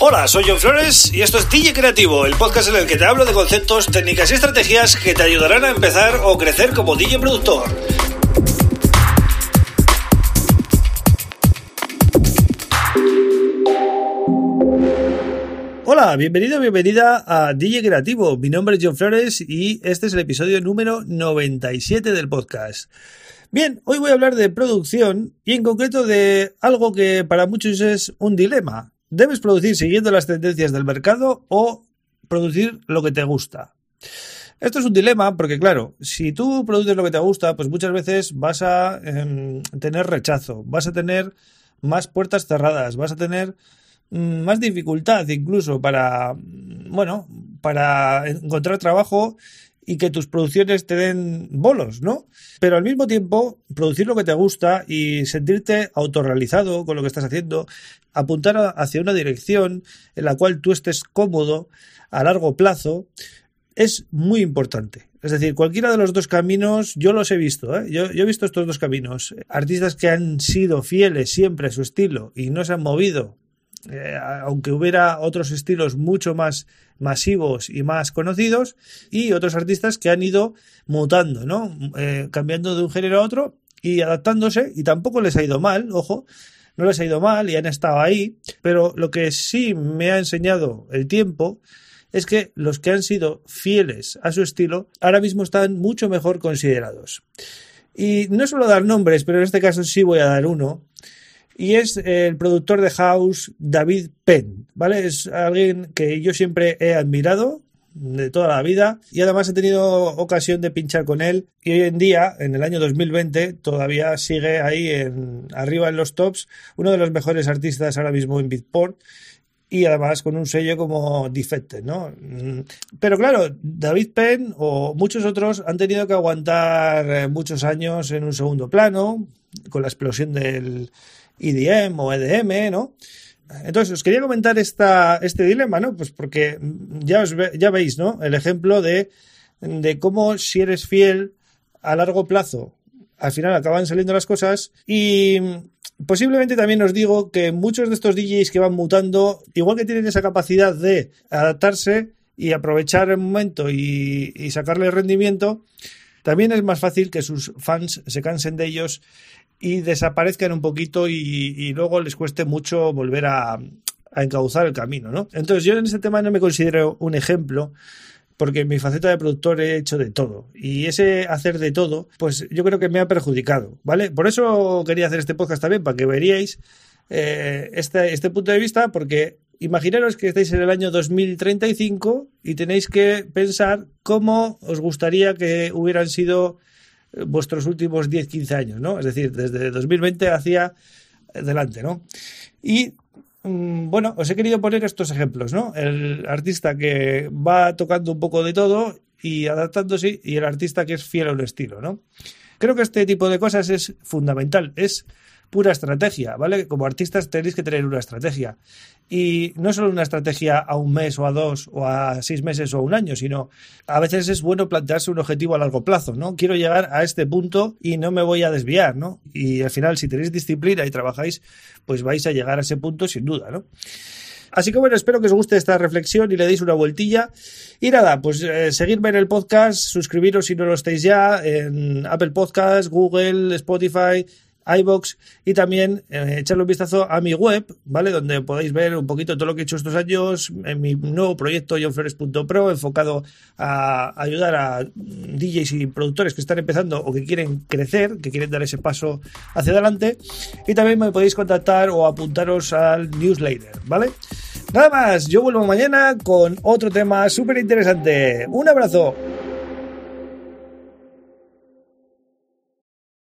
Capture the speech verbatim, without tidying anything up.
Hola, soy John Flores y esto es D J Creativo, el podcast en el que te hablo de conceptos, técnicas y estrategias que te ayudarán a empezar o crecer como D J productor. Hola, bienvenido, bienvenida a D J Creativo. Mi nombre es John Flores y este es el episodio número noventa y siete del podcast. Bien, hoy voy a hablar de producción y en concreto de algo que para muchos es un dilema. ¿Debes producir siguiendo las tendencias del mercado o producir lo que te gusta? Esto es un dilema porque, claro, si tú produces lo que te gusta, pues muchas veces vas a eh, tener rechazo, vas a tener más puertas cerradas, vas a tener mm, más dificultad incluso para, bueno, para encontrar trabajo y que tus producciones te den bolos, ¿no? Pero al mismo tiempo, producir lo que te gusta y sentirte autorrealizado con lo que estás haciendo, apuntar hacia una dirección en la cual tú estés cómodo a largo plazo, es muy importante. Es decir, cualquiera de los dos caminos, yo los he visto, ¿eh? Yo, yo he visto estos dos caminos. Artistas que han sido fieles siempre a su estilo y no se han movido, eh, aunque hubiera otros estilos mucho más masivos y más conocidos, y otros artistas que han ido mutando, ¿no? Eh, cambiando de un género a otro y adaptándose, y tampoco les ha ido mal, ojo, no les ha ido mal y han estado ahí, pero lo que sí me ha enseñado el tiempo es que los que han sido fieles a su estilo ahora mismo están mucho mejor considerados. Y no suelo dar nombres, pero en este caso sí voy a dar uno, y es el productor de house David Penn, ¿vale? Es alguien que yo siempre he admirado de toda la vida y además he tenido ocasión de pinchar con él y hoy en día, en el año dos mil veinte, todavía sigue ahí en, arriba en los tops, uno de los mejores artistas ahora mismo en Beatport y además con un sello como Defected, ¿no? Pero claro, David Penn o muchos otros han tenido que aguantar muchos años en un segundo plano con la explosión del E D M o E D M, ¿no? Entonces, os quería comentar esta, este dilema, ¿no? Pues porque ya, os ve, ya veis, ¿no? El ejemplo de, de cómo si eres fiel a largo plazo, al final acaban saliendo las cosas y posiblemente también os digo que muchos de estos D Js que van mutando, igual que tienen esa capacidad de adaptarse y aprovechar el momento y, y sacarle rendimiento, también es más fácil que sus fans se cansen de ellos y desaparezcan un poquito y, y luego les cueste mucho volver a, a encauzar el camino, ¿no? Entonces yo en ese tema no me considero un ejemplo porque en mi faceta de productor he hecho de todo y ese hacer de todo pues yo creo que me ha perjudicado, ¿vale? Por eso quería hacer este podcast también, para que veríais eh, este, este punto de vista, porque imaginaros que estáis en el año dos mil treinta y cinco y tenéis que pensar cómo os gustaría que hubieran sido vuestros últimos diez a quince años, ¿no? Es decir, desde dos mil veinte hacia adelante, ¿no? Y, bueno, os he querido poner estos ejemplos, ¿no? El artista que va tocando un poco de todo y adaptándose y el artista que es fiel a un estilo, ¿no? Creo que este tipo de cosas es fundamental, es pura estrategia, ¿vale? Como artistas tenéis que tener una estrategia y no solo una estrategia a un mes o a dos o a seis meses o a un año, sino a veces es bueno plantearse un objetivo a largo plazo, ¿no? Quiero llegar a este punto y no me voy a desviar, ¿no? Y al final si tenéis disciplina y trabajáis, pues vais a llegar a ese punto sin duda, ¿no? Así que bueno, espero que os guste esta reflexión y le deis una vueltilla. Y nada, pues eh, seguidme en el podcast, suscribiros si no lo estáis ya, en Apple Podcasts, Google, Spotify, iVoox y también eh, echarle un vistazo a mi web, ¿vale? Donde podéis ver un poquito todo lo que he hecho estos años en mi nuevo proyecto john flores punto pro, enfocado a ayudar a D Js y productores que están empezando o que quieren crecer, que quieren dar ese paso hacia adelante. Y también me podéis contactar o apuntaros al newsletter, ¿vale? Nada más, yo vuelvo mañana con otro tema súper interesante. ¡Un abrazo!